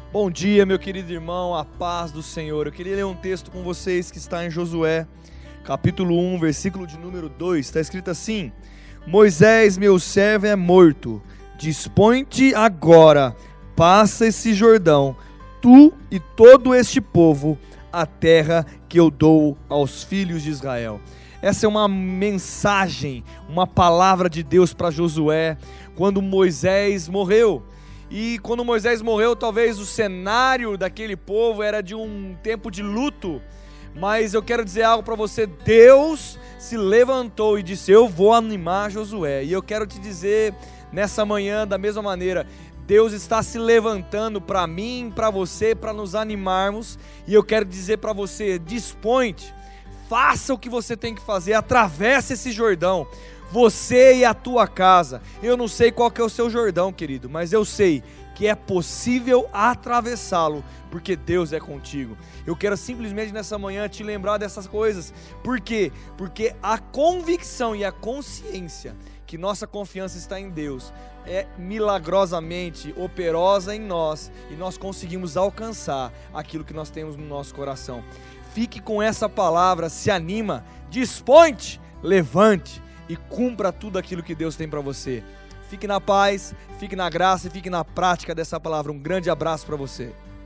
Bom dia, meu querido irmão, a paz do Senhor. Eu queria ler um texto com vocês que está em Josué, capítulo 1, versículo de número 2. Está escrito assim: Moisés, meu servo, é morto. Dispõe-te agora, passa esse Jordão, tu e todo este povo, a terra que eu dou aos filhos de Israel. Essa é uma mensagem, uma palavra de Deus para Josué, quando Moisés morreu. E quando Moisés morreu, talvez o cenário daquele povo era de um tempo de luto. Mas eu quero dizer algo para você: Deus se levantou e disse: eu vou animar Josué. E eu quero te dizer nessa manhã, da mesma maneira, Deus está se levantando para mim, para você, para nos animarmos. E eu quero dizer para você: dispõe-te, faça o que você tem que fazer, atravesse esse Jordão, você e a tua casa. Eu não sei qual que é o seu Jordão, querido, mas eu sei que é possível atravessá-lo, porque Deus é contigo. Eu quero simplesmente nessa manhã te lembrar dessas coisas. Por quê? Porque a convicção e a consciência que nossa confiança está em Deus é milagrosamente operosa em nós, e nós conseguimos alcançar aquilo que nós temos no nosso coração. Fique com essa palavra, se anima, dispõe-te, levante e cumpra tudo aquilo que Deus tem para você. Fique na paz, fique na graça e fique na prática dessa palavra. Um grande abraço para você.